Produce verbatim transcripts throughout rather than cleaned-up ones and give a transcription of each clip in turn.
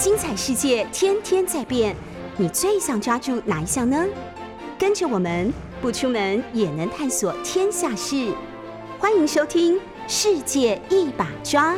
精彩世界天天在变，你最想抓住哪一项呢？跟着我们不出门也能探索天下事，欢迎收听《世界一把抓》。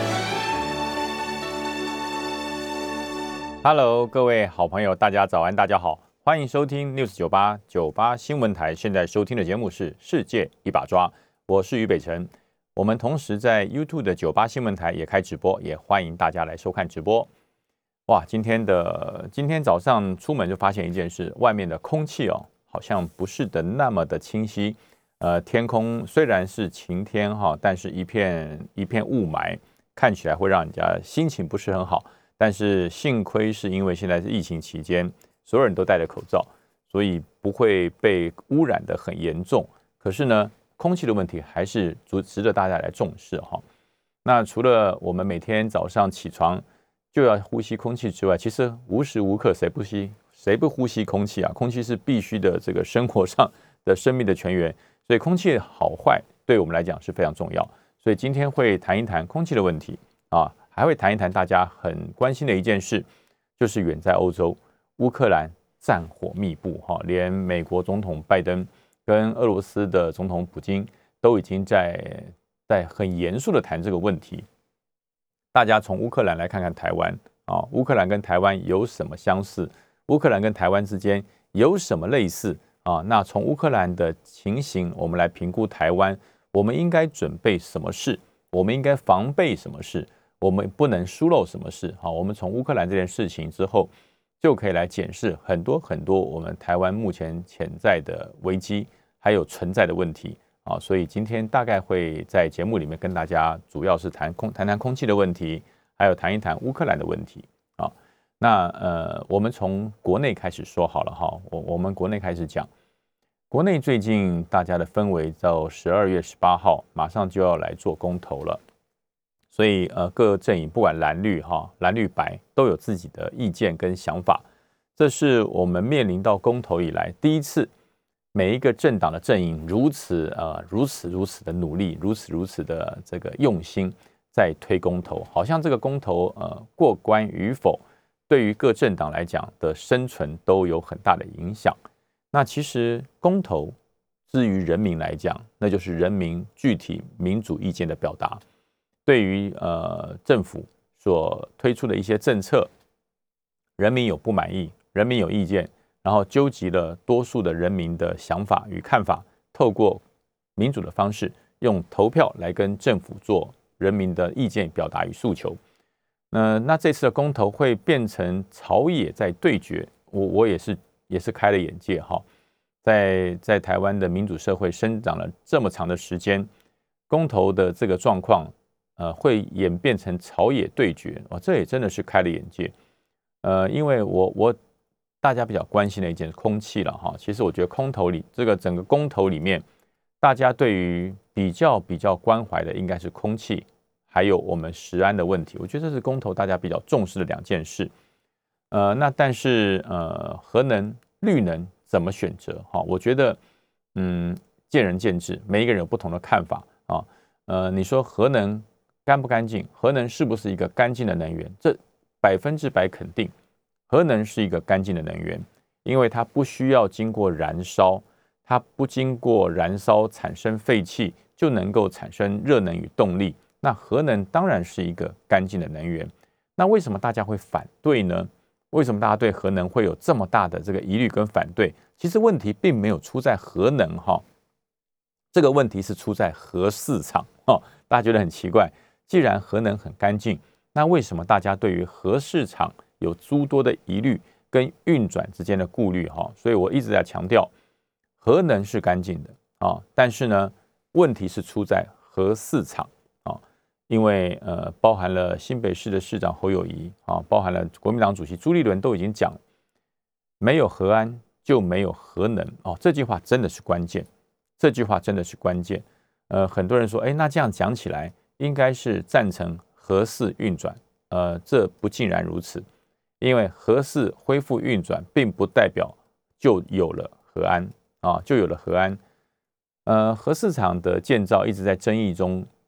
Hello， 各位好朋友，大家早安，大家好，欢迎收听 News 九八九八新闻台。现在收听的节目是《世界一把抓》，我是于北辰。我们同时在 YouTube 的九八新闻台也开直播，也欢迎大家来收看直播。哇，今天的今天早上出门就发现一件事，外面的空气哦，好像不是的那么的清晰。呃，天空虽然是晴天哈，但是一片一片雾霾，看起来会让人家心情不是很好。但是幸亏是因为现在是疫情期间，所有人都戴着口罩，所以不会被污染得很严重。可是呢，空气的问题还是值得大家来重视哈。那除了我们每天早上起床就要呼吸空气之外，其实无时无刻谁不吸谁不呼吸空气啊？空气是必须的，这个生活上的生命的泉源，所以空气好坏对我们来讲是非常重要。所以今天会谈一谈空气的问题啊，还会谈一谈大家很关心的一件事，就是远在欧洲，乌克兰战火密布哈，连美国总统拜登跟俄罗斯的总统普京都已经在在很严肃的谈这个问题。大家从乌克兰来看看台湾啊，乌克兰跟台湾有什么相似？乌克兰跟台湾之间有什么类似啊？那从乌克兰的情形，我们来评估台湾，我们应该准备什么事？我们应该防备什么事？我们不能疏漏什么事？好，我们从乌克兰这件事情之后，就可以来检视很多很多我们台湾目前潜在的危机，还有存在的问题。啊，所以今天大概会在节目里面跟大家主要是谈空谈谈空气的问题，还有谈一谈乌克兰的问题啊。那呃，我们从国内开始说好了哈，我我们国内开始讲，国内最近大家的氛围到十二月十八号马上就要来做公投了，所以呃各阵营不管蓝绿哈蓝绿白都有自己的意见跟想法，这是我们面临到公投以来第一次。每一个政党的阵营如此呃如此如此的努力，如此如此的这个用心在推公投，好像这个公投呃过关与否，对于各政党来讲的生存都有很大的影响。那其实公投至于人民来讲，那就是人民具体民主意见的表达。对于呃政府所推出的一些政策，人民有不满意，人民有意见。然后纠集了多数的人民的想法与看法，透过民主的方式，用投票来跟政府做人民的意见表达与诉求。呃、那这次的公投会变成朝野在对决，我我也是也是开了眼界哈。在在台湾的民主社会生长了这么长的时间，公投的这个状况，呃，会演变成朝野对决，哦，这也真的是开了眼界。呃，因为我我。大家比较关心的一件空气了哈，其实我觉得空投里这个整个公投里面，大家对于比较比较关怀的应该是空气，还有我们食安的问题。我觉得这是公投大家比较重视的两件事。呃，那但是呃，核能、绿能怎么选择哈？我觉得嗯，见仁见智，每一个人有不同的看法啊。呃，你说核能干不干净？核能是不是一个干净的能源？这百分之百肯定。核能是一个干净的能源，因为它不需要经过燃烧，它不经过燃烧产生废气就能够产生热能与动力。那核能当然是一个干净的能源。那为什么大家会反对呢？为什么大家对核能会有这么大的这个疑虑跟反对？其实问题并没有出在核能哈，这个问题是出在核市场哈。大家觉得很奇怪，既然核能很干净，那为什么大家对于核市场有诸多的疑虑跟运转之间的顾虑哈？所以我一直在强调，核能是干净的啊，但是呢，问题是出在核市场啊，因为呃，包含了新北市的市长侯友宜啊，包含了国民党主席朱立伦都已经讲，没有核安就没有核能哦，这句话真的是关键，这句话真的是关键。呃，很多人说，哎，那这样讲起来，应该是赞成核四运转，呃，这不尽然如此。因为核四恢复运转，并不代表就有了核安啊，就有了核安。呃，核市场的建造一直在争议中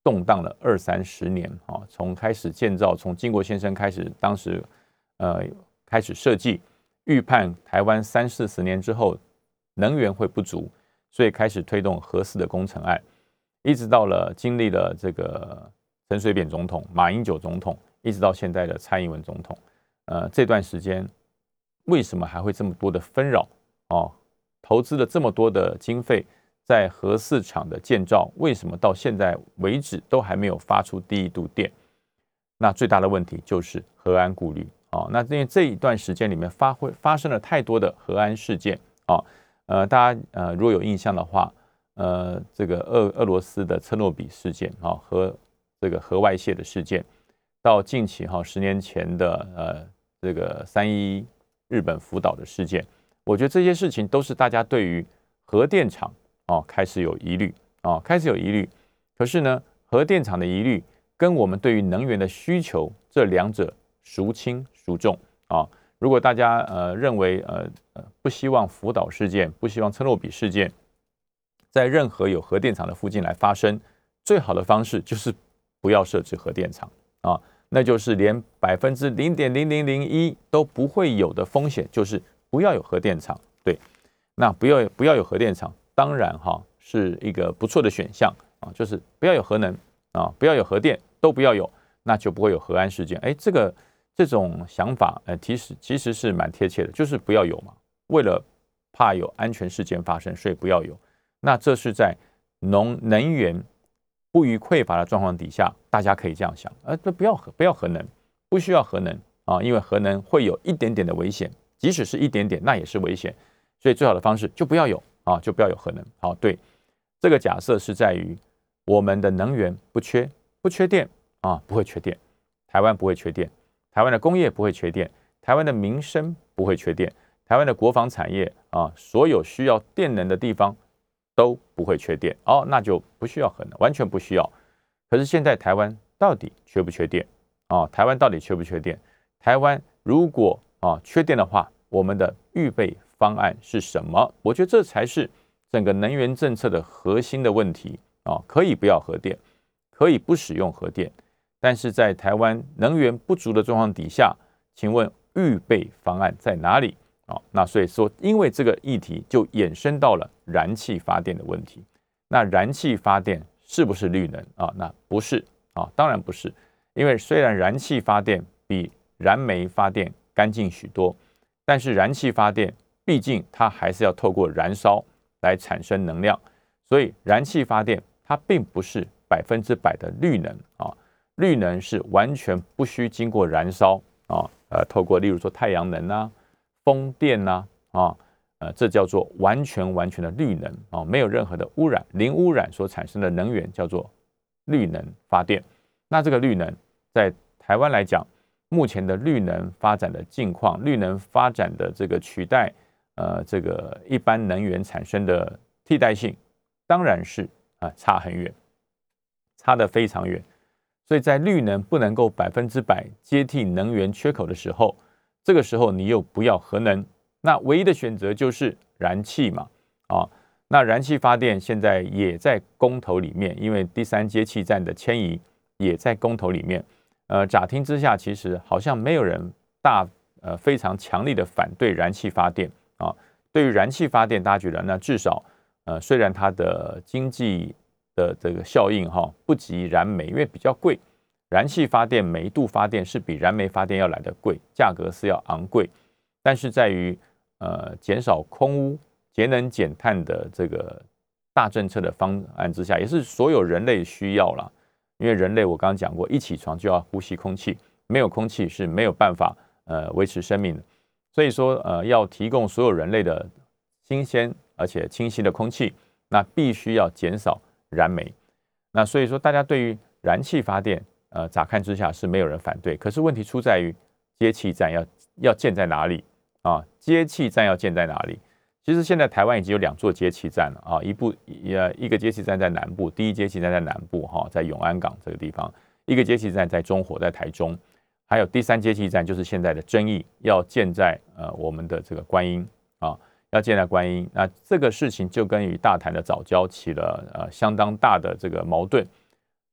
动荡了二三十年啊，从开始建造，从经国先生开始，当时呃开始设计，预判台湾三四十年之后能源会不足，所以开始推动核四的工程案，一直到了经历了这个陈水扁总统、马英九总统，一直到现在的蔡英文总统，呃这段时间为什么还会这么多的纷扰哦？投资了这么多的经费在核四厂的建造，为什么到现在为止都还没有发出第一度电？那最大的问题就是核安顾虑啊。那因为这一段时间里面发会发生了太多的核安事件啊，呃，大家呃如果有印象的话，呃，这个俄俄罗斯的车诺比事件啊，和这个核外泄的事件，到近期哈十年前的呃这个三一日本福岛的事件。我觉得这些事情都是大家对于核电厂啊开始有疑虑啊，开始有疑虑。可是呢，核电厂的疑虑跟我们对于能源的需求这两者孰轻孰重啊？如果大家呃认为呃呃不希望福岛事件，不希望车诺比事件在任何有核电厂的附近来发生，最好的方式就是不要设置核电厂啊，那就是连百分之零点零零零一都不会有的风险，就是不要有核电厂。对，那不要不要有核电厂，当然哈是一个不错的选项啊，就是不要有核能啊，不要有核电，都不要有，那就不会有核安事件。哎，这个这种想法，呃，其实其实是蛮贴切的，就是不要有嘛，为了怕有安全事件发生，所以不要有。那这是在农能源不予匮乏的状况底下，大家可以这样想，呃，不要核不要核能，不需要核能啊，因为核能会有一点点的危险。即使是一点点，那也是危险，所以最好的方式就不要有啊，就不要有核能。好，对，这个假设是在于我们的能源不缺，不缺电啊，不会缺电，台湾不会缺电，台湾的工业不会缺电，台湾的民生不会缺电，台湾的国防产业啊，所有需要电能的地方都不会缺电哦，那就不需要核能，完全不需要。可是现在台湾到底缺不缺电啊？台湾到底缺不缺电？台湾如果啊，缺电的话，我们的预备方案是什么？我觉得这才是整个能源政策的核心的问题啊。可以不要核电，可以不使用核电，但是在台湾能源不足的状况底下，请问预备方案在哪里啊？那所以说，因为这个议题就衍生到了燃气发电的问题。那燃气发电是不是绿能啊？那不是啊，当然不是，因为虽然燃气发电比燃煤发电干净许多，但是燃气发电毕竟它还是要透过燃烧来产生能量，所以燃气发电它并不是百分之百的绿能啊，绿能是完全不需经过燃烧啊，呃，透过例如说太阳能啊、风电啊啊，呃，这叫做完全完全的绿能啊，没有任何的污染，零污染所产生的能源叫做绿能发电。那这个绿能在台湾来讲，目前的绿能发展的境况，绿能发展的这个取代呃这个一般能源产生的替代性，当然是啊、呃、差很远，差得非常远。所以在绿能不能够百分之百接替能源缺口的时候，这个时候你又不要核能，那唯一的选择就是燃气嘛啊。那燃气发电现在也在公投里面，因为第三接气站的迁移也在公投里面。呃，乍听之下，其实好像没有人大呃非常强力的反对燃气发电啊。对于燃气发电，大家觉得那至少呃虽然它的经济的这个效应哈不及燃煤，因为比较贵，燃气发电每一度发电是比燃煤发电要来的贵，价格是要昂贵。但是在于呃减少空污、节能减碳的这个大政策的方案之下，也是所有人类需要啦。因为人类我刚刚讲过，一起床就要呼吸空气，没有空气是没有办法呃维持生命的。所以说呃要提供所有人类的新鲜而且清晰的空气，那必须要减少燃煤。那所以说大家对于燃气发电呃乍看之下是没有人反对，可是问题出在于接气站要要建在哪里啊？接气站要建在哪里？其实现在台湾已经有两座接气站了啊，一部呃一个接气站在南部，第一接气站在南部哈，在永安港这个地方；一个接气站在中火，在台中；还有第三接气站就是现在的争议要建在呃我们的这个观音啊，要建在观音。那这个事情就跟与大潭的藻礁起了呃相当大的这个矛盾。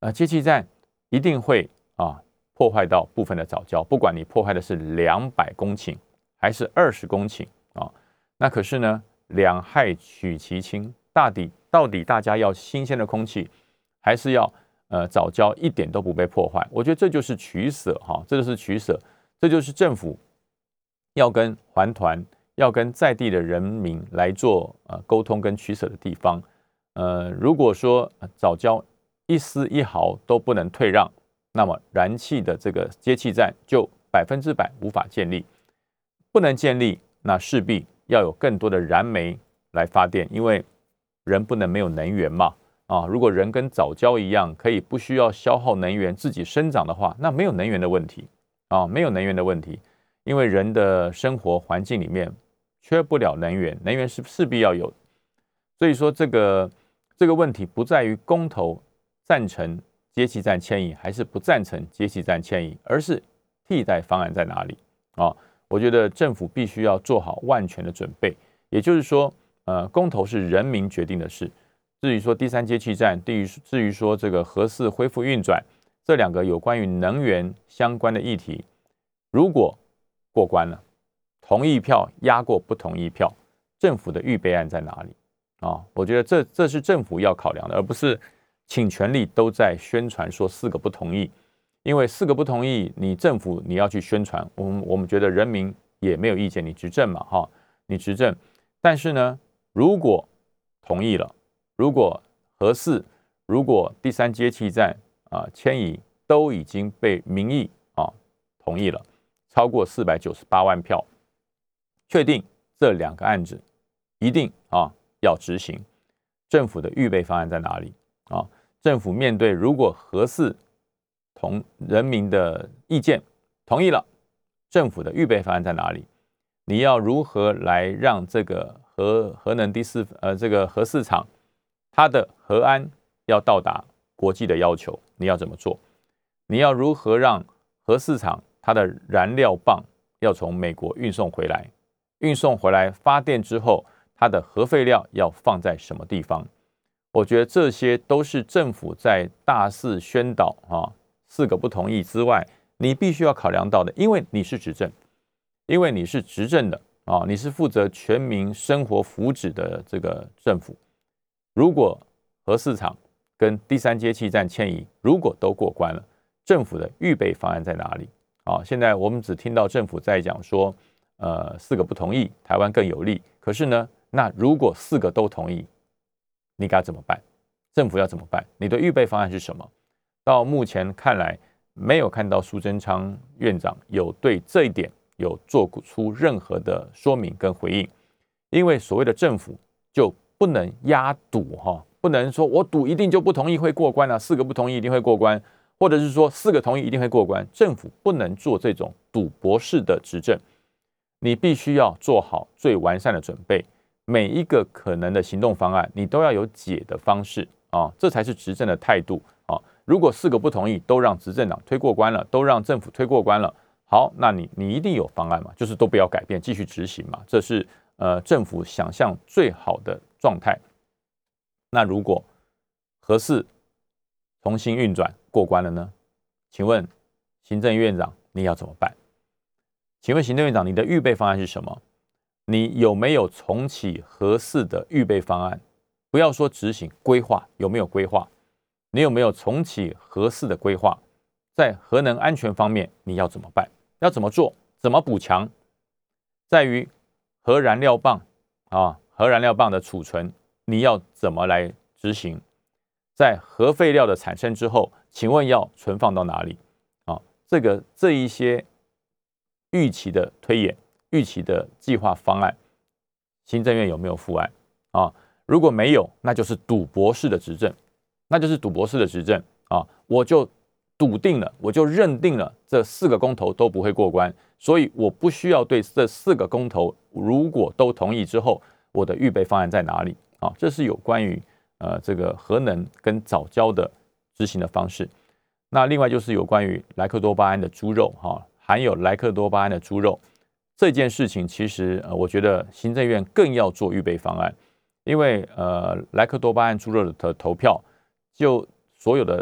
呃，接气站一定会啊破坏到部分的藻礁，不管你破坏的是两百公顷还是二十公顷啊，那可是呢，两害取其轻，大抵到底大家要新鲜的空气，还是要呃藻礁一点都不被破坏？我觉得这就是取舍哈、啊，这就是取舍，这就是政府要跟环团、要跟在地的人民来做呃沟通跟取舍的地方。呃，如果说藻礁一丝一毫都不能退让，那么燃气的这个接气站就百分之百无法建立，不能建立，那势必要有更多的燃煤来发电，因为人不能没有能源嘛。啊，如果人跟藻礁一样可以不需要消耗能源自己生长的话，那没有能源的问题啊，没有能源的问题，因为人的生活环境里面缺不了能源，能源是势必要有的。所以说这个这个问题不在于公投赞成接气站迁移还是不赞成接气站迁移，而是替代方案在哪里啊？我觉得政府必须要做好万全的准备，也就是说，呃，公投是人民决定的事。至于说第三接气站，至于至于说这个核四恢复运转，这两个有关于能源相关的议题，如果过关了，同意票压过不同意票，政府的预备案在哪里啊？我觉得这这是政府要考量的，而不是请全力都在宣传说四个不同意，因为四个不同意，你政府你要去宣传，我们我们觉得人民也没有意见，你执政嘛哈，你执政，但是呢，如果同意了。如果核四，如果第三接气站啊迁移都已经被民意啊同意了，超过四百九十八万票，确定这两个案子一定啊要执行。政府的预备方案在哪里啊？政府面对如果核四同人民的意见同意了，政府的预备方案在哪里？你要如何来让这个核核能第四呃这个核四厂？它的核安要到达国际的要求，你要怎么做？你要如何让核四厂它的燃料棒要从美国运送回来？运送回来发电之后，它的核废料要放在什么地方？我觉得这些都是政府在大肆宣导啊，四个不同意之外，你必须要考量到的，因为你是执政，因为你是执政的啊，你是负责全民生活福祉的这个政府。如果核四厂跟第三接气站迁移如果都过关了，政府的预备方案在哪里啊？现在我们只听到政府在讲说，呃，四个不同意，台湾更有利。可是呢，那如果四个都同意，你该怎么办？政府要怎么办？你的预备方案是什么？到目前看来，没有看到苏贞昌院长有对这一点有做出任何的说明跟回应，因为所谓的政府就不能压赌哈，不能说我赌一定就不同意会过关啊，四个不同意一定会过关，或者是说四个同意一定会过关。政府不能做这种赌博式的执政，你必须要做好最完善的准备，每一个可能的行动方案，你都要有解的方式啊，这才是执政的态度啊。如果四个不同意都让执政党推过关了，都让政府推过关了，好，那你你一定有方案嘛，就是都不要改变，继续执行嘛，这是呃政府想象最好的状态。那如果核四重新运转过关了呢？请问行政院长你要怎么办？请问行政院长你的预备方案是什么？你有没有重启核四的预备方案？不要说执行，规划有没有规划？你有没有重启核四的规划？在核能安全方面你要怎么办？要怎么做？怎么补强？在于核燃料棒啊，核燃料棒的储存，你要怎么来执行？在核废料的产生之后，请问要存放到哪里？啊，这个这一些预期的推演、预期的计划方案，行政院有没有附案啊？如果没有，那就是赌博式的执政，那就是赌博式的执政啊！我就笃定了，我就认定了这四个公投都不会过关，所以我不需要对这四个公投如果都同意之后，我的预备方案在哪里啊？这是有关于呃这个核能跟藻礁的执行的方式。那另外就是有关于莱克多巴胺的猪肉哈、啊，含有莱克多巴胺的猪肉这件事情，其实呃我觉得行政院更要做预备方案，因为呃莱克多巴胺猪肉的投票，就所有的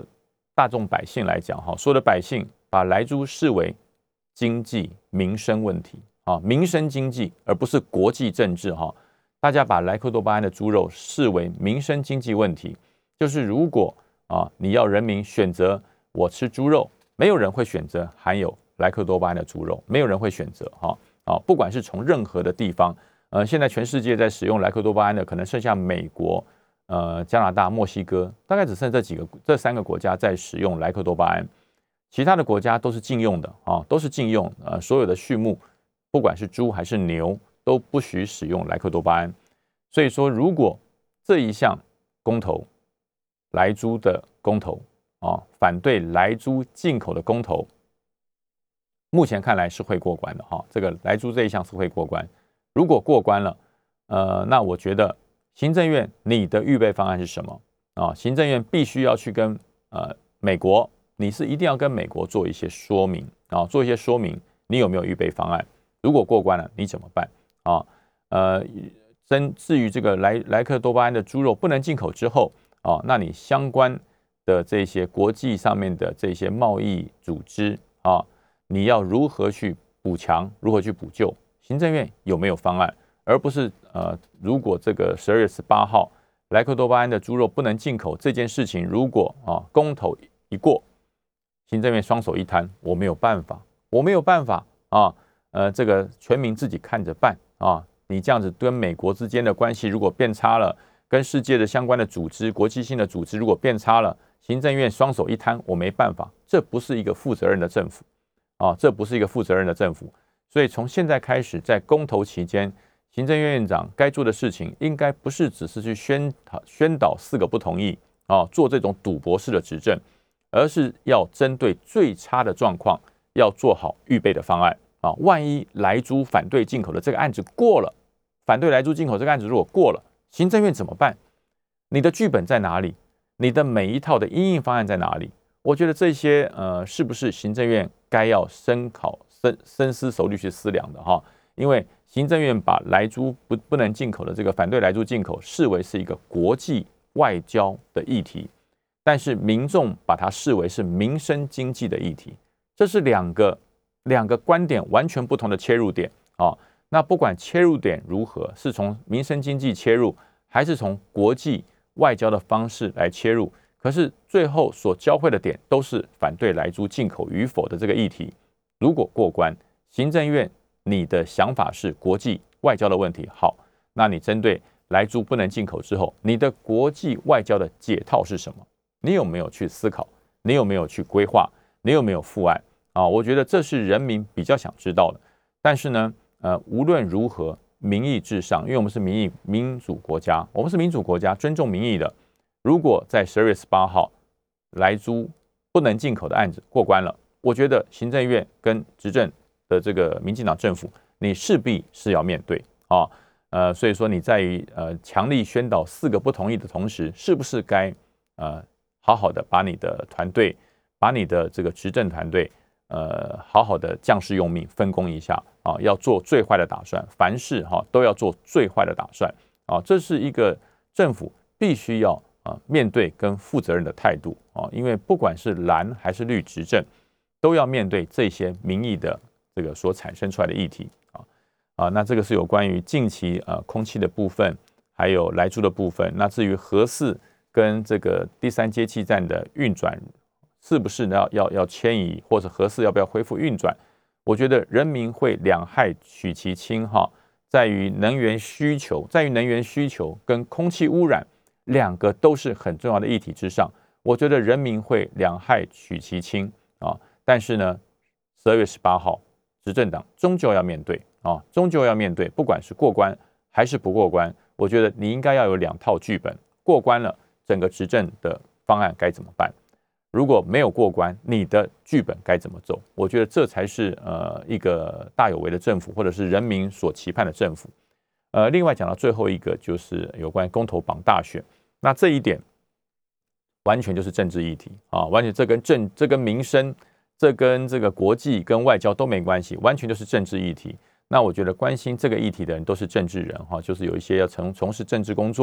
大众百姓来讲，哈，所有的百姓把莱猪视为经济民生问题啊，民生经济，而不是国际政治哈。大家把莱克多巴胺的猪肉视为民生经济问题，就是如果啊你要人民选择我吃猪肉，没有人会选择含有莱克多巴胺的猪肉，没有人会选择哈啊，不管是从任何的地方，呃，现在全世界在使用莱克多巴胺的，可能剩下美国、呃加拿大、墨西哥，大概只剩这几个这三个国家在使用莱克多巴胺。其他的国家都是禁用的啊，都是禁用。呃，所有的畜牧，不管是猪还是牛，都不许使用莱克多巴胺。所以说，如果这一项公投，莱猪的公投啊，反对莱猪进口的公投，目前看来是会过关的哈。这个莱猪这一项是会过关。如果过关了，呃，那我觉得行政院你的预备方案是什么啊？行政院必须要去跟呃美国。你是一定要跟美国做一些说明啊，做一些说明，你有没有预备方案？如果过关了，你怎么办啊？呃，真至于这个莱莱克多巴胺的猪肉不能进口之后啊，那你相关的这些国际上面的这些贸易组织啊，你要如何去补强，如何去补救？行政院有没有方案？而不是呃，如果这个十二月十八号莱克多巴胺的猪肉不能进口这件事情，如果啊公投一过，行政院双手一摊，我没有办法，我没有办法啊，呃，这个全民自己看着办啊。你这样子跟美国之间的关系如果变差了，跟世界的相关的组织、国际性的组织如果变差了，行政院双手一摊，我没办法，这不是一个负责任的政府啊，这不是一个负责任的政府。所以从现在开始，在公投期间，行政院院长该做的事情，应该不是只是去宣宣导四个不同意啊，做这种赌博式的执政。而是要针对最差的状况，要做好预备的方案啊！万一莱猪反对进口的这个案子过了，反对莱猪进口这个案子如果过了，行政院怎么办？你的剧本在哪里？你的每一套的因应方案在哪里？我觉得这些呃，是不是行政院该要深考、深深思熟虑去思量的哈？因为行政院把莱猪不不能进口的这个反对莱猪进口视为是一个国际外交的议题。但是民众把它视为是民生经济的议题，这是两个两个观点完全不同的切入点啊。那不管切入点如何，是从民生经济切入，还是从国际外交的方式来切入，可是最后所交汇的点都是反对莱猪进口与否的这个议题。如果过关，行政院你的想法是国际外交的问题，好，那你针对莱猪不能进口之后，你的国际外交的解套是什么？你有没有去思考？你有没有去规划？你有没有复案啊？我觉得这是人民比较想知道的。但是呢，呃，无论如何，民意至上，因为我们是民意民主国家，我们是民主国家，尊重民意的。如果在十二月十八号莱猪不能进口的案子过关了，我觉得行政院跟执政的这个民进党政府，你势必是要面对啊。呃，所以说你在于呃强力宣导四个不同意的同时，是不是该呃？好好的把你的团队，把你的这个执政团队，呃，好好的将士用命，分工一下啊，要做最坏的打算，凡事哈、啊、都要做最坏的打算啊，这是一个政府必须要啊面对跟负责任的态度啊，因为不管是蓝还是绿执政，都要面对这些民意的这个所产生出来的议题啊啊，那这个是有关于近期呃空气的部分，还有莱猪的部分，那至于核四。跟这个第三接气站的运转是不是要要要迁移，或者核四要不要恢复运转？我觉得人民会两害取其轻哈，在于能源需求，在于能源需求跟空气污染两个都是很重要的议题之上，我觉得人民会两害取其轻啊。但是呢，十二月十八号，执政党终究要面对啊，终究要面对，不管是过关还是不过关，我觉得你应该要有两套剧本，过关了。整个执政的方案该怎么办？如果没有过关，你的剧本该怎么走？我觉得这才是呃一个大有为的政府，或者是人民所期盼的政府。呃，另外讲到最后一个，就是有关公投绑大选，那这一点完全就是政治议题啊，完全这跟政、这跟民生、这跟这个国际、跟外交都没关系，完全就是政治议题。那我觉得关心这个议题的人都是政治人哈，就是有一些要从从事政治工作。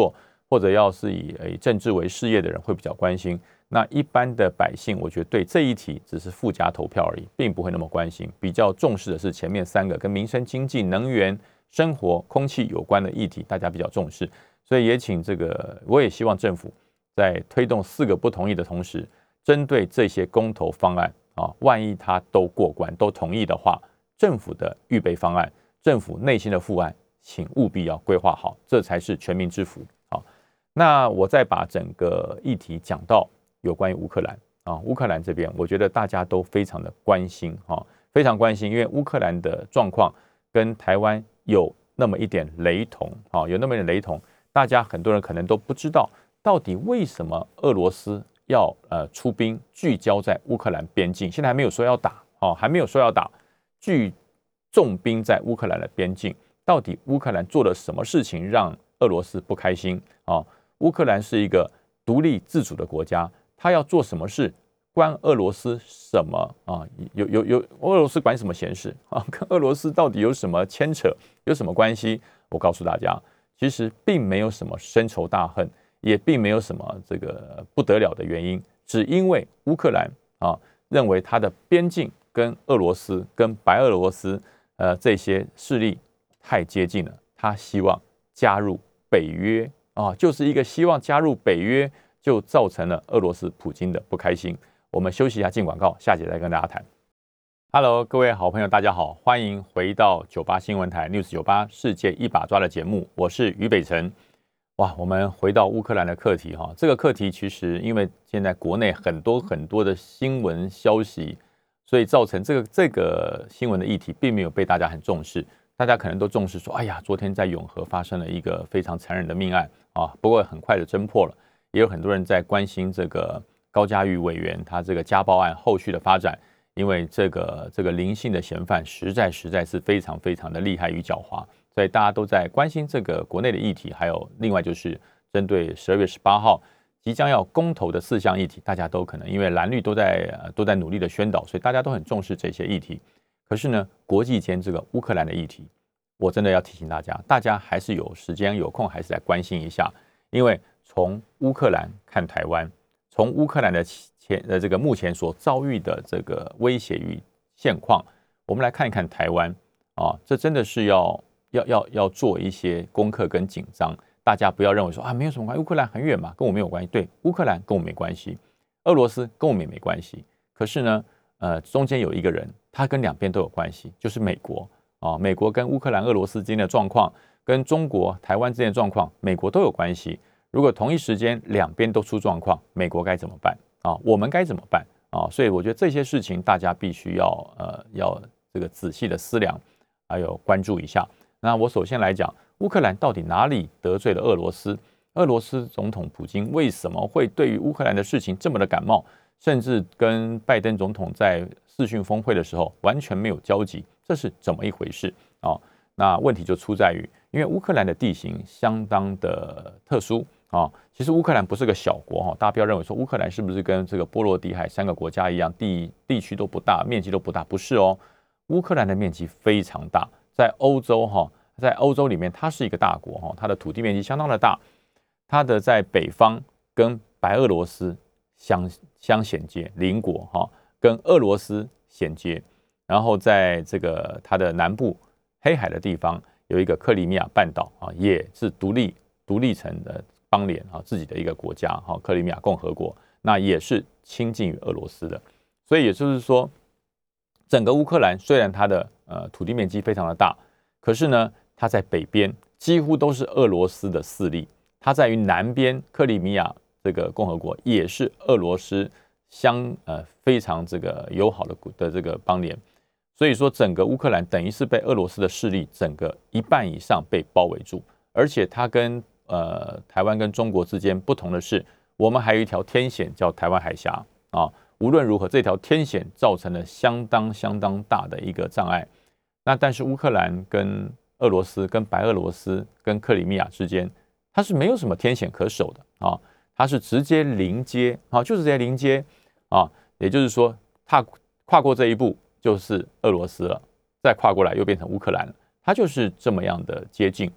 或者要是以以政治为事业的人会比较关心。那一般的百姓，我觉得对这一题只是附加投票而已，并不会那么关心。比较重视的是前面三个跟民生、经济、能源、生活、空气有关的议题，大家比较重视。所以也请这个，我也希望政府在推动四个不同意的同时，针对这些公投方案啊，万一他都过关、都同意的话，政府的预备方案、政府内心的副案，请务必要规划好，这才是全民之福。好，那我再把整个议题讲到有关于乌克兰啊，乌克兰这边，我觉得大家都非常的关心啊，非常关心，因为乌克兰的状况跟台湾有那么一点雷同啊，有那么一点雷同，大家很多人可能都不知道，到底为什么俄罗斯要呃出兵聚焦在乌克兰边境，现在还没有说要打啊，还没有说要打，聚重兵在乌克兰的边境，到底乌克兰做了什么事情让俄罗斯不开心啊？乌克兰是一个独立自主的国家。他要做什么事，关俄罗斯什么啊？有有有，俄罗斯管什么闲事啊？跟俄罗斯到底有什么牵扯，有什么关系？我告诉大家，其实并没有什么深仇大恨，也并没有什么这个不得了的原因，只因为乌克兰啊认为他的边境跟俄罗斯、跟白俄罗斯呃这些势力太接近了，他希望加入北约啊，就是一个希望加入北约。就造成了俄罗斯普京的不开心。我们休息一下，进广告，下节再跟大家谈。Hello， 各位好朋友，大家好，欢迎回到九八新闻台 News 九八世界一把抓的节目，我是于北辰。哇，我们回到乌克兰的课题哈，这个课题其实因为现在国内很多很多的新闻消息，所以造成这个这个新闻的议题并没有被大家很重视。大家可能都重视说，哎呀，昨天在永和发生了一个非常残忍的命案啊，不过很快的侦破了。也有很多人在关心这个高嘉瑜委员他这个家暴案后续的发展，因为这个这个林姓的嫌犯实在实在是非常非常的厉害与狡猾，所以大家都在关心这个国内的议题，还有另外就是针对十二月十八号即将要公投的四项议题，大家都可能因为蓝绿都在都在努力的宣导，所以大家都很重视这些议题。可是呢，国际间这个乌克兰的议题，我真的要提醒大家，大家还是有时间有空还是来关心一下，因为从乌克兰看台湾，从乌克兰的前呃这个目前所遭遇的这个威胁与现况，我们来看一看台湾啊，这真的是要要要要做一些功课跟紧张。大家不要认为说啊没有什么关系，乌克兰很远嘛，跟我没有关系。对，乌克兰跟我没关系，俄罗斯跟我们也没关系。可是呢，呃，中间有一个人，他跟两边都有关系，就是美国啊。美国跟乌克兰、俄罗斯之间的状况，跟中国、台湾之间的状况，美国都有关系。如果同一时间两边都出状况，美国该怎么办啊？我们该怎么办啊？所以我觉得这些事情大家必须要呃要这个仔细的思量，还有关注一下。那我首先来讲，乌克兰到底哪里得罪了俄罗斯？俄罗斯总统普京为什么会对于乌克兰的事情这么的感冒，甚至跟拜登总统在视讯峰会的时候完全没有交集？这是怎么一回事啊？那问题就出在于，因为乌克兰的地形相当的特殊。啊，其实乌克兰不是个小国哈，大家不要认为说乌克兰是不是跟这个波罗的海三个国家一样，地地区都不大，面积都不大，不是哦。乌克兰的面积非常大，在欧洲哈，在欧洲里面它是一个大国哈，它的土地面积相当的大，它的在北方跟白俄罗斯相相衔接，邻国哈，跟俄罗斯衔接，然后在这个它的南部黑海的地方有一个克里米亚半岛啊，也是独立独立成的。邦联啊，自己的一个国家哈，克里米亚共和国，那也是亲近于俄罗斯的，所以也就是说，整个乌克兰虽然它的呃土地面积非常的大，可是呢，它在北边几乎都是俄罗斯的势力，它在于南边克里米亚这个共和国也是俄罗斯相呃非常这个友好的的这个邦联，所以说整个乌克兰等于是被俄罗斯的势力整个一半以上被包围住，而且它跟呃，台湾跟中国之间不同的是，我们还有一条天险叫台湾海峡啊。无论如何，这条天险造成了相当相当大的一个障碍。那但是乌克兰跟俄罗斯、跟白俄罗斯、跟克里米亚之间，它是没有什么天险可守的啊，它是直接临接啊，就是直接临接啊。也就是说，踏跨过这一步就是俄罗斯了，再跨过来又变成乌克兰了，它就是这么样的接近。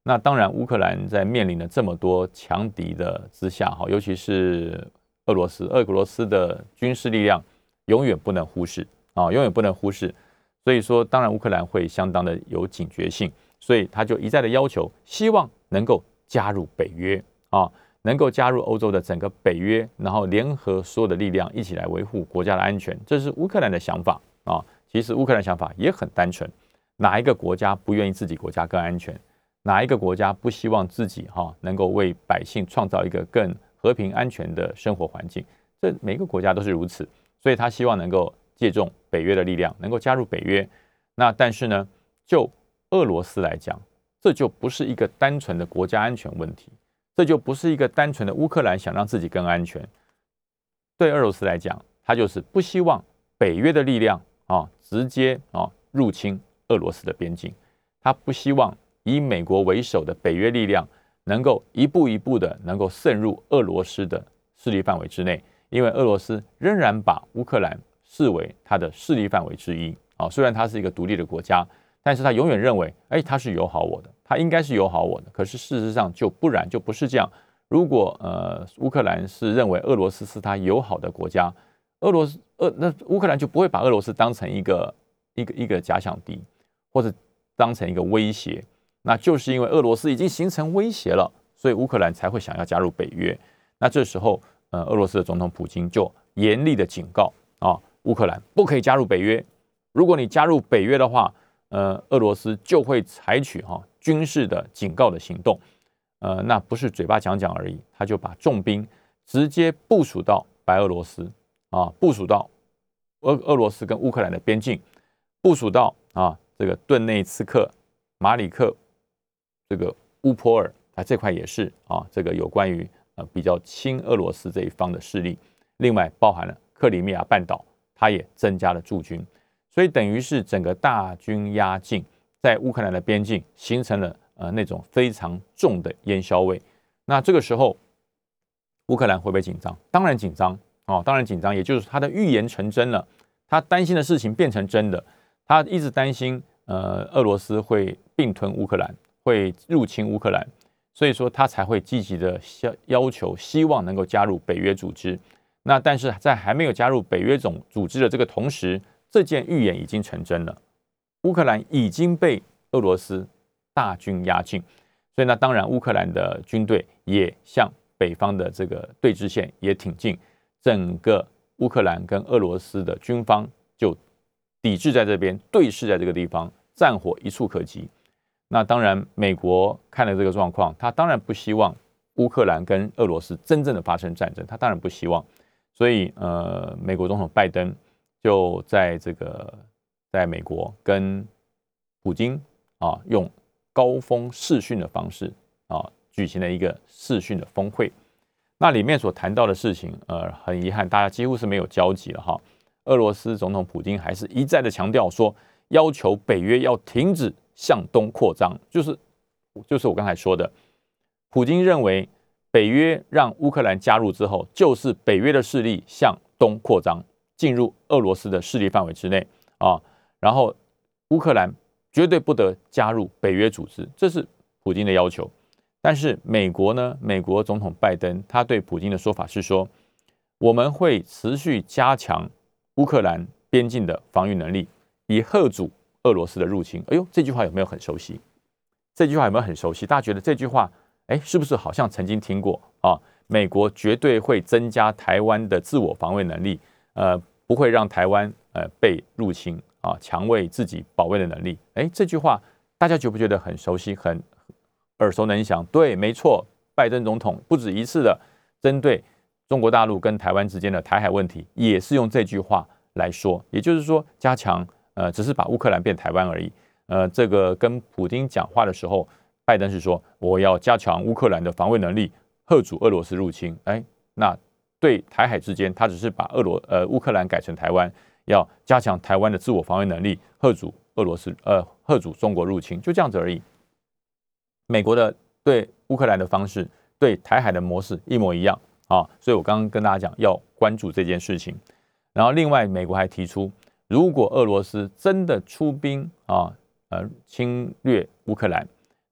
那当然，乌克兰在面临了这么多强敌的之下，哈，尤其是俄罗斯，俄罗斯的军事力量永远不能忽视啊，永远不能忽视。所以说，当然乌克兰会相当的有警觉性，所以他就一再的要求，希望能够加入北约啊，能够加入欧洲的整个北约，然后联合所有的力量一起来维护国家的安全，这是乌克兰的想法啊。其实乌克兰想法也很单纯，哪一个国家不愿意自己国家更安全？哪一个国家不希望自己哈能够为百姓创造一个更和平安全的生活环境？这每个国家都是如此，所以他希望能够借重北约的力量，能够加入北约。那但是呢，就俄罗斯来讲，这就不是一个单纯的国家安全问题，这就不是一个单纯的乌克兰想让自己更安全。对俄罗斯来讲，他就是不希望北约的力量啊直接啊入侵俄罗斯的边境，他不希望以美国为首的北约力量能够一步一步的能够渗入俄罗斯的势力范围之内，因为俄罗斯仍然把乌克兰视为它的势力范围之一啊。虽然它是一个独立的国家，但是他永远认为，哎，他是友好我的，他应该是友好我的。可是事实上就不然，就不是这样。如果呃乌克兰是认为俄罗斯是他友好的国家，俄罗斯俄那乌克兰就不会把俄罗斯当成一个一个一个假想敌，或者当成一个威胁。那就是因为俄罗斯已经形成威胁了，所以乌克兰才会想要加入北约。那这时候，呃，俄罗斯的总统普京就严厉的警告啊，乌克兰不可以加入北约。如果你加入北约的话，呃，俄罗斯就会采取哈、啊、军事的警告的行动。呃，那不是嘴巴讲讲而已，他就把重兵直接部署到白俄罗斯啊，部署到俄俄罗斯跟乌克兰的边境，部署到啊这个顿内茨克、马里克。这个乌波尔啊，这块也是啊，这个有关于呃比较亲俄罗斯这一方的势力。另外包含了克里米亚半岛，它也增加了驻军，所以等于是整个大军压境，在乌克兰的边境形成了呃那种非常重的烟硝味。那这个时候，乌克兰会不会紧张？当然紧张哦，当然紧张，也就是他的预言成真了，他担心的事情变成真的，他一直担心呃俄罗斯会并吞乌克兰。会入侵乌克兰，所以说他才会积极的要求，希望能够加入北约组织。那但是在还没有加入北约总组织的这个同时，这件预言已经成真了。乌克兰已经被俄罗斯大军压境，所以那当然乌克兰的军队也向北方的这个对峙线也挺进，整个乌克兰跟俄罗斯的军方就抵制在这边，对视在这个地方，战火一触可及。那当然，美国看了这个状况，他当然不希望乌克兰跟俄罗斯真正的发生战争，他当然不希望。所以，呃，美国总统拜登就在这个在美国跟普京啊，用高峰视讯的方式啊，举行了一个视讯的峰会。那里面所谈到的事情，呃，很遗憾，大家几乎是没有交集了哈。俄罗斯总统普京还是一再的强调说，要求北约要停止向东扩张，就是就是我刚才说的，普京认为北约让乌克兰加入之后，就是北约的势力向东扩张，进入俄罗斯的势力范围之内啊。然后乌克兰绝对不得加入北约组织，这是普京的要求。但是美国呢？美国总统拜登他对普京的说法是说，我们会持续加强乌克兰边境的防御能力，以嚇阻俄罗斯的入侵。哎呦，这句话有没有很熟悉？这句话有没有很熟悉？大家觉得这句话，哎，是不是好像曾经听过啊？美国绝对会增加台湾的自我防卫能力，呃，不会让台湾呃被入侵啊，强为自己保卫的能力。哎，这句话大家觉不觉得很熟悉、很耳熟能详？对，没错，拜登总统不止一次的针对中国大陆跟台湾之间的台海问题，也是用这句话来说，也就是说，加强。呃，只是把乌克兰变台湾而已。呃，这个跟普丁讲话的时候，拜登是说我要加强乌克兰的防卫能力，嚇阻俄罗斯入侵。哎，那对台海之间，他只是把俄罗呃乌克兰改成台湾，要加强台湾的自我防卫能力，嚇阻俄罗斯呃嚇阻中国入侵，就这样子而已。美国的对乌克兰的方式，对台海的模式一模一样啊。所以我刚刚跟大家讲，要关注这件事情。然后另外，美国还提出，如果俄罗斯真的出兵啊，呃，侵略乌克兰，那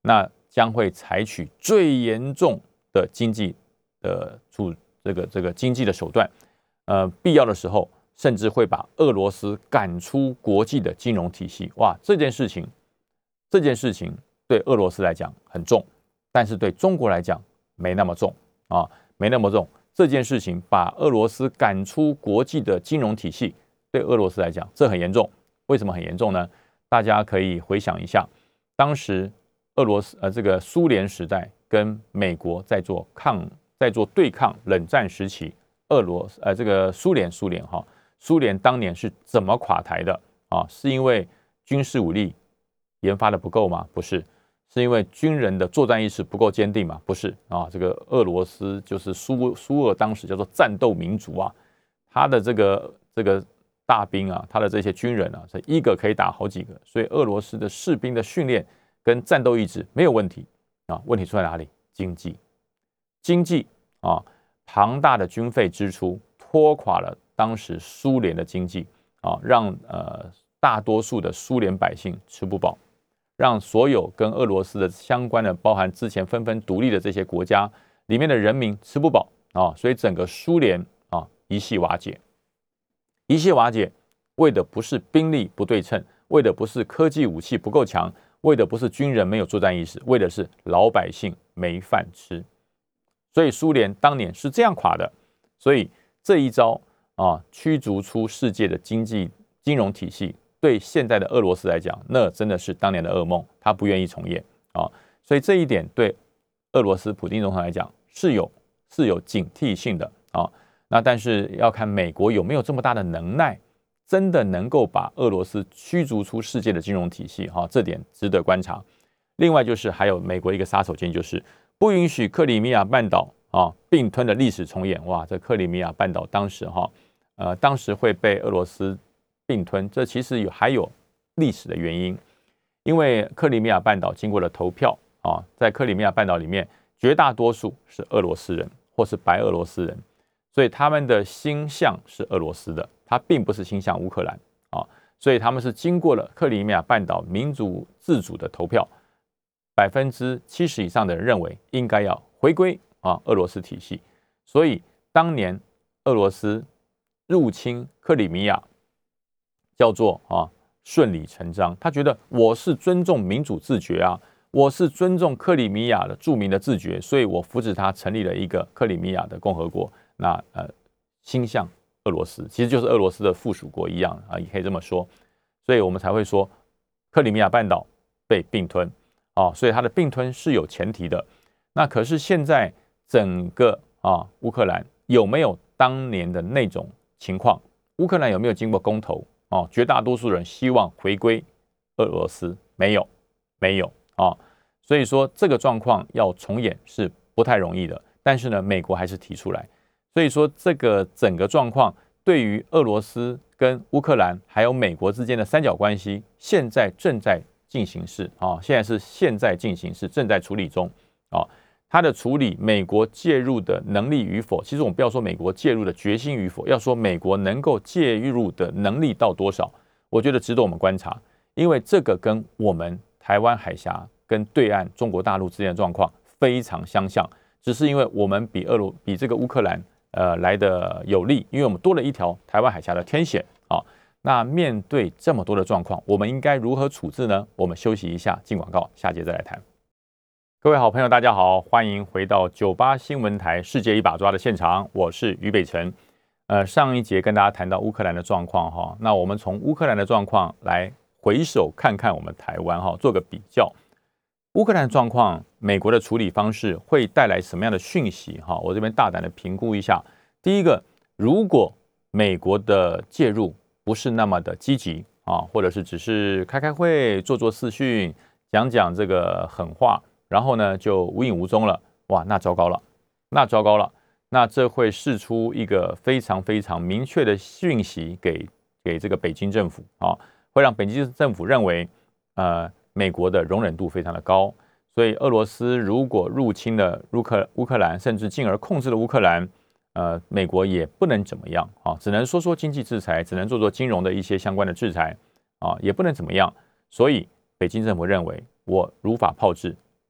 将会采取最严重的经济的处这个这个经济的手段，呃，必要的时候甚至会把俄罗斯赶出国际的金融体系。哇，这件事情，这件事情对俄罗斯来讲很重，但是对中国来讲没那么重啊，没那么重。这件事情把俄罗斯赶出国际的金融体系，对俄罗斯来讲这很严重。为什么很严重呢？大家可以回想一下，当时俄罗斯呃这个苏联时代跟美国在做抗在做对抗冷战时期，俄罗斯呃这个苏联苏联哈苏联当年是怎么垮台的啊？是因为军事武力研发的不够吗？不是，是因为军人的作战意识不够坚定吗？不是啊，这个俄罗斯就是苏苏俄当时叫做战斗民族啊，他的这个这个大兵啊，他的这些军人啊，这一个可以打好几个，所以俄罗斯的士兵的训练跟战斗意志没有问题啊。问题出在哪里？经济，经济啊，庞大的军费支出拖垮了当时苏联的经济啊，让呃大多数的苏联百姓吃不饱，让所有跟俄罗斯的相关的，包含之前纷纷独立的这些国家里面的人民吃不饱啊，所以整个苏联啊一系瓦解。一系瓦解，为的不是兵力不对称，为的不是科技武器不够强，为的不是军人没有作战意识，为的是老百姓没饭吃。所以苏联当年是这样垮的。所以这一招啊，驱逐出世界的经济金融体系，对现在的俄罗斯来讲，那真的是当年的噩梦，他不愿意重演啊。所以这一点对俄罗斯普丁总统来讲是有是有警惕性的啊。那但是要看美国有没有这么大的能耐，真的能够把俄罗斯驱逐出世界的金融体系哈，这点值得观察。另外就是还有美国一个杀手锏，就是不允许克里米亚半岛啊并吞的历史重演。哇，这克里米亚半岛当时哈呃当时会被俄罗斯并吞，这其实有还有历史的原因，因为克里米亚半岛经过了投票啊，在克里米亚半岛里面绝大多数是俄罗斯人或是白俄罗斯人。所以他们的心向是俄罗斯的，他并不是心向乌克兰啊，所以他们是经过了克里米亚半岛民主自主的投票，百分之七十以上的人认为应该要回归啊俄罗斯体系，所以当年俄罗斯入侵克里米亚叫做啊顺理成章，他觉得我是尊重民主自决啊，我是尊重克里米亚的著名的自决，所以我扶持他成立了一个克里米亚的共和国。那呃，心向俄罗斯，其实就是俄罗斯的附属国一样啊，也可以这么说。所以我们才会说克里米亚半岛被并吞啊，所以它的并吞是有前提的。那可是现在整个啊乌克兰有没有当年的那种情况？乌克兰有没有经过公投啊？绝大多数人希望回归俄罗斯，没有，没有啊。所以说这个状况要重演是不太容易的。但是呢，美国还是提出来。所以说，这个整个状况对于俄罗斯跟乌克兰还有美国之间的三角关系，现在正在进行式啊，现在是现在进行式，正在处理中啊。它的处理，美国介入的能力与否，其实我们不要说美国介入的决心与否，要说美国能够介入的能力到多少，我觉得值得我们观察，因为这个跟我们台湾海峡跟对岸中国大陆之间的状况非常相像，只是因为我们比俄罗比这个乌克兰。呃，来的有利，因为我们多了一条台湾海峡的天险啊。那面对这么多的状况，我们应该如何处置呢？我们休息一下，进广告，下节再来谈。各位好朋友，大家好，欢迎回到九八新闻台世界一把抓的现场，我是于北辰。呃，上一节跟大家谈到乌克兰的状况哈，那我们从乌克兰的状况来回首看看我们台湾哈，做个比较。乌克兰的状况，美国的处理方式会带来什么样的讯息？哈，我这边大胆的评估一下。第一个，如果美国的介入不是那么的积极啊，或者是只是开开会、做做视讯、讲讲这个狠话，然后呢就无影无踪了，哇，那糟糕了，那糟糕了，那这会释出一个非常非常明确的讯息给给这个北京政府啊，会让北京政府认为，呃。美国的容忍度非常的高，所以俄罗斯如果入侵了乌克乌克兰，甚至进而控制了乌克兰，呃，美国也不能怎么样啊，只能说说经济制裁，只能做做金融的一些相关的制裁啊，也不能怎么样。所以北京政府认为我如法炮制，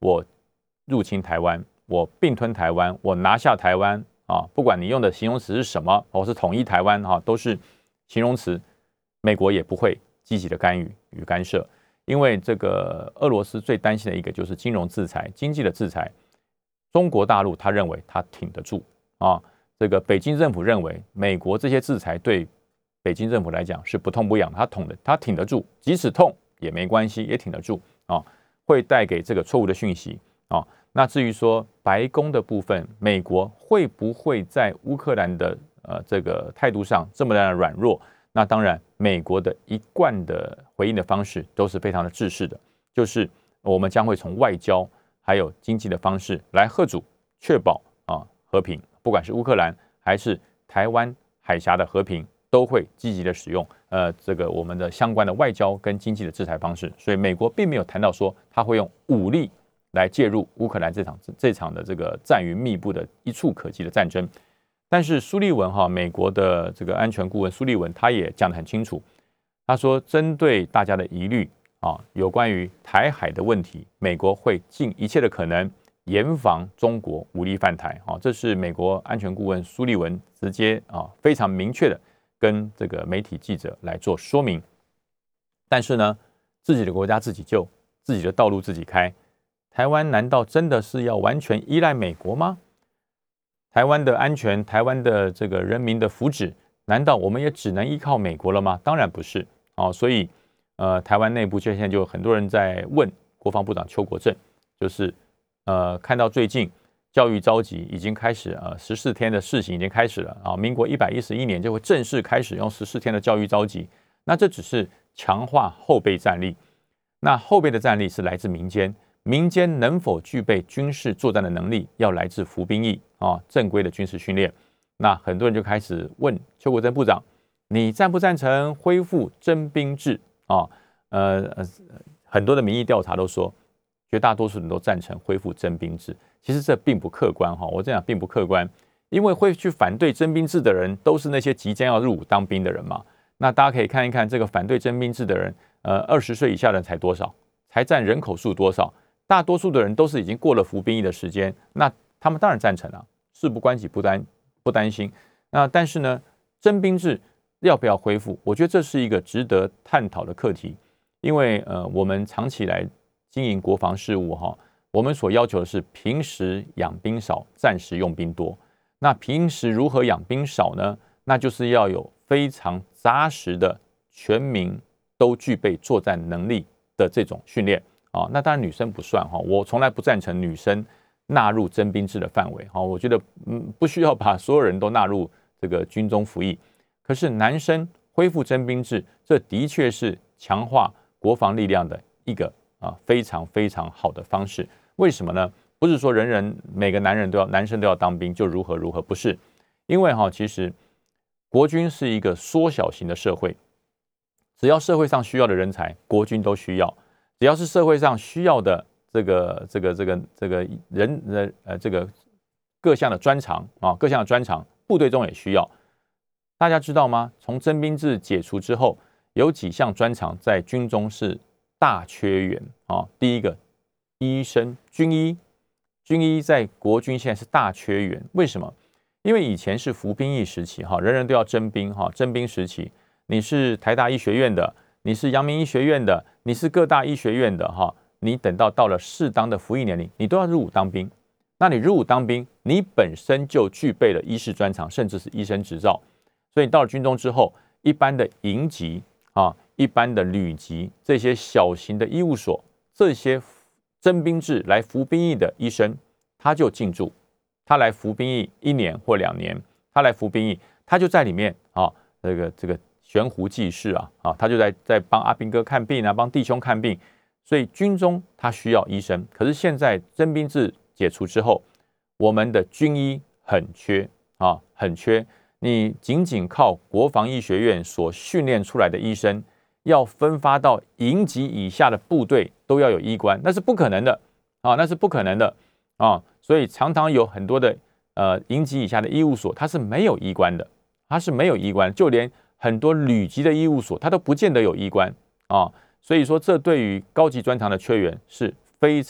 我入侵台湾，我并吞台湾，我拿下台湾啊，不管你用的形容词是什么，或是统一台湾哈、啊，都是形容词，美国也不会积极的干预与干涉，因为这个俄罗斯最担心的一个就是金融制裁、经济的制裁。中国大陆他认为他挺得住啊，这个北京政府认为美国这些制裁对北京政府来讲是不痛不痒，他捅的他挺得住，即使痛也没关系，也挺得住啊，会带给这个错误的讯息啊。那至于说白宫的部分，美国会不会在乌克兰的呃这个态度上这么的软弱？那当然，美国的一贯的回应的方式都是非常的制式的，就是我们将会从外交还有经济的方式来吓阻，确保啊和平，不管是乌克兰还是台湾海峡的和平。都会积极的使用呃这个我们的相关的外交跟经济的制裁方式，所以美国并没有谈到说他会用武力来介入乌克兰这场这场的这个战云密布的一触可及的战争。但是苏利文哈，美国的这个安全顾问苏利文他也讲得很清楚，他说针对大家的疑虑啊，有关于台海的问题，美国会尽一切的可能严防中国武力犯台啊，这是美国安全顾问苏利文直接啊非常明确的跟这个媒体记者来做说明。但是呢，自己的国家自己救，自己的道路自己开，台湾难道真的是要完全依赖美国吗？台湾的安全，台湾的这个人民的福祉，难道我们也只能依靠美国了吗？当然不是哦。所以呃，台湾内部现在就有很多人在问国防部长邱国正，就是呃看到最近教育召集已经开始，呃，十四天的试行已经开始了啊。民国一百一十一年就会正式开始用十四天的教育召集。那这只是强化后备战力，那后备的战力是来自民间，民间能否具备军事作战的能力，要来自服兵役啊，正规的军事训练。那很多人就开始问邱国正部长，你赞不赞成恢复征兵制啊？呃，很多的民意调查都说，绝大多数人都赞成恢复征兵制。其实这并不客观哈，我这样并不客观，因为会去反对征兵制的人，都是那些即将要入伍当兵的人嘛。那大家可以看一看这个反对征兵制的人，呃，二十岁以下的人才多少，才占人口数多少？大多数的人都是已经过了服兵役的时间，那他们当然赞成啊，事不关己不担不担心。那但是呢，征兵制要不要恢复？我觉得这是一个值得探讨的课题，因为呃，我们长期来经营国防事务哈。我们所要求的是平时养兵少，战时用兵多。那平时如何养兵少呢？那就是要有非常扎实的全民都具备作战能力的这种训练啊。那当然女生不算哈，我从来不赞成女生纳入征兵制的范围哈。我觉得嗯不需要把所有人都纳入这个军中服役。可是男生恢复征兵制，这的确是强化国防力量的一个啊非常非常好的方式。为什么呢？不是说人人每个男人都要男生都要当兵就如何如何，不是。因为哈，其实国军是一个缩小型的社会，只要社会上需要的人才，国军都需要；只要是社会上需要的这个这个这个这个人的呃这个各项的专长啊，各项的专长，部队中也需要。大家知道吗？从征兵制解除之后，有几项专长在军中是大缺员啊。第一个，医生、军医，军医在国军现在是大缺员。为什么？因为以前是服兵役时期，哈，人人都要征兵，哈，征兵时期，你是台大医学院的，你是阳明医学院的，你是各大医学院的，哈，你等到到了适当的服役年龄，你都要入伍当兵。那你入伍当兵，你本身就具备了医师专长，甚至是医生执照。所以到了军中之后，一般的营级啊，一般的旅级，这些小型的医务所，这些征兵制来服兵役的医生，他就进驻，他来服兵役一年或两年，他来服兵役，他就在里面啊，这个这个悬壶济世啊，啊，他就在在帮阿兵哥看病啊，帮弟兄看病。所以军中他需要医生，可是现在征兵制解除之后，我们的军医很缺啊，很缺。你仅仅靠国防医学院所训练出来的医生，要分发到营级以下的部队都要有医官，那是不可能的啊，那是不可能的啊。所以常常有很多的呃营级以下的医务所，它是没有医官的，它是没有医官，就连很多旅级的医务所，它都不见得有医官啊。所以说，这对于高级专长的缺员是非常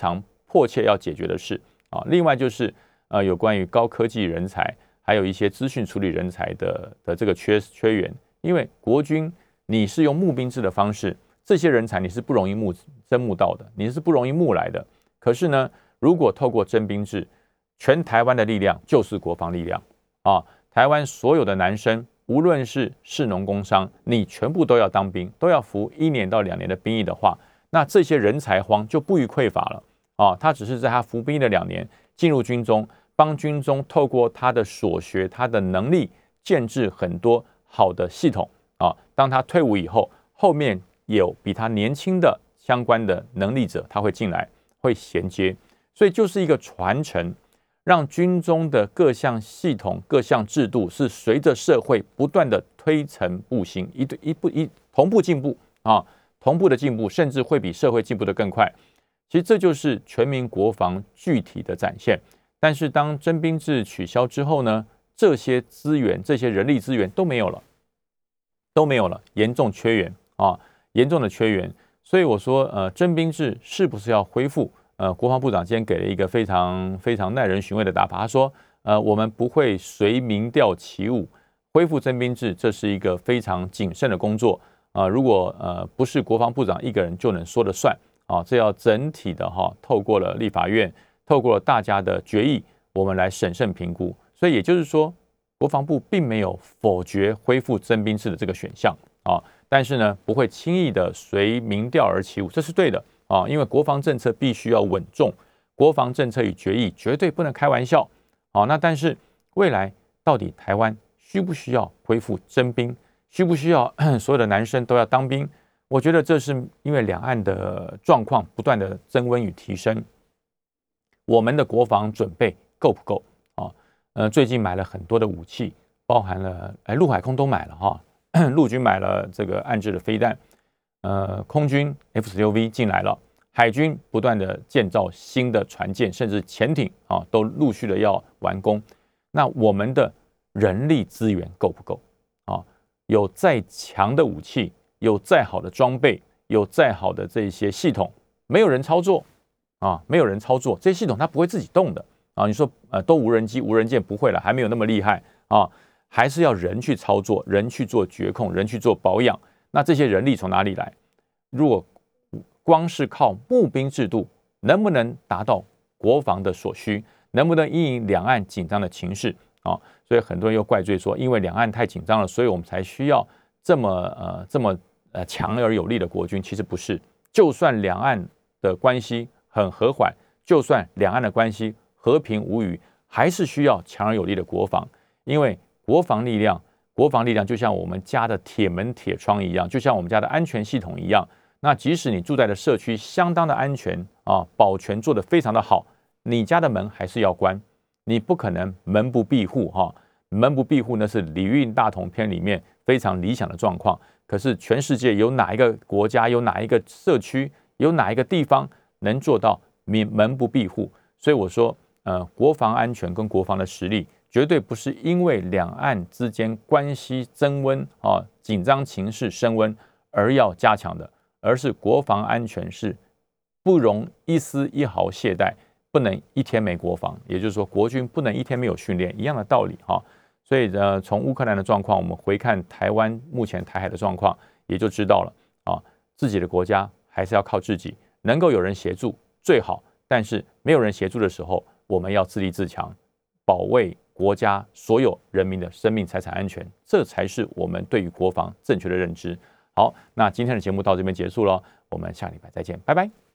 迫切要解决的事啊。另外就是呃有关于高科技人才，还有一些资讯处理人才的的这个缺缺员，因为国军你是用募兵制的方式，这些人才你是不容易募征募到的，你是不容易募来的。可是呢，如果透过征兵制，全台湾的力量就是国防力量啊！台湾所有的男生，无论是士农工商，你全部都要当兵，都要服一年到两年的兵役的话，那这些人才荒就不予匮乏了啊！他只是在他服兵役的两年，进入军中，帮军中透过他的所学、他的能力，建制很多好的系统啊。当他退伍以后，后面有比他年轻的相关的能力者，他会进来，会衔接，所以就是一个传承。让军中的各项系统、各项制度是随着社会不断的推陈步新，一对一步一同步进步啊，同步的进步，甚至会比社会进步的更快。其实这就是全民国防具体的展现。但是当征兵制取消之后呢，这些资源、这些人力资源都没有了，都没有了，严重缺员啊，严重的缺员。所以我说，呃，征兵制是不是要恢复？呃，国防部长今天给了一个非常非常耐人寻味的答法，他说，呃，我们不会随民调起舞，恢复征兵制，这是一个非常谨慎的工作啊、呃。如果呃不是国防部长一个人就能说了算啊，这要整体的哈，透过了立法院，透过了大家的决议，我们来审慎评估。所以也就是说，国防部并没有否决恢复征兵制的这个选项啊，但是呢，不会轻易的随民调而起舞，这是对的。啊，因为国防政策必须要稳重，国防政策与决议绝对不能开玩笑。好，那但是未来到底台湾需不需要恢复征兵？需不需要所有的男生都要当兵？我觉得这是因为两岸的状况不断的增温与提升，我们的国防准备够不够？啊，呃，最近买了很多的武器，包含了哎陆海空都买了哈，陆军买了这个岸置的飞弹。呃，空军 F 十六 V 进来了，海军不断的建造新的船舰，甚至潜艇啊，都陆续的要完工。那我们的人力资源够不够啊？有再强的武器，有再好的装备，有再好的这些系统，没有人操作啊，没有人操作，这些系统它不会自己动的啊。你说呃，都无人机、无人舰不会了，还没有那么厉害啊，还是要人去操作，人去做绝控，人去做保养。那这些人力从哪里来？如果光是靠募兵制度，能不能达到国防的所需？能不能因应两岸紧张的情势啊？所以很多人又怪罪说，因为两岸太紧张了，所以我们才需要这么呃这么呃强而有力的国军。其实不是，就算两岸的关系很和缓，就算两岸的关系和平无虞，还是需要强而有力的国防，因为国防力量。国防力量就像我们家的铁门铁窗一样，就像我们家的安全系统一样。那即使你住在的社区相当的安全啊，保全做得非常的好，你家的门还是要关，你不可能门不闭户哈、啊。门不闭户那是《礼运大同篇》里面非常理想的状况。可是全世界有哪一个国家、有哪一个社区、有哪一个地方能做到门不闭户？所以我说，呃，国防安全跟国防的实力。绝对不是因为两岸之间关系增温啊，紧张情势升温而要加强的，而是国防安全是不容一丝一毫懈怠，不能一天没国防，也就是说国军不能一天没有训练，一样的道理哈。所以呃，从乌克兰的状况，我们回看台湾目前台海的状况，也就知道了啊，自己的国家还是要靠自己，能够有人协助最好，但是没有人协助的时候，我们要自立自强，保卫国家所有人民的生命财产安全，这才是我们对于国防正确的认知。好，那今天的节目到这边结束了，我们下礼拜再见，拜拜。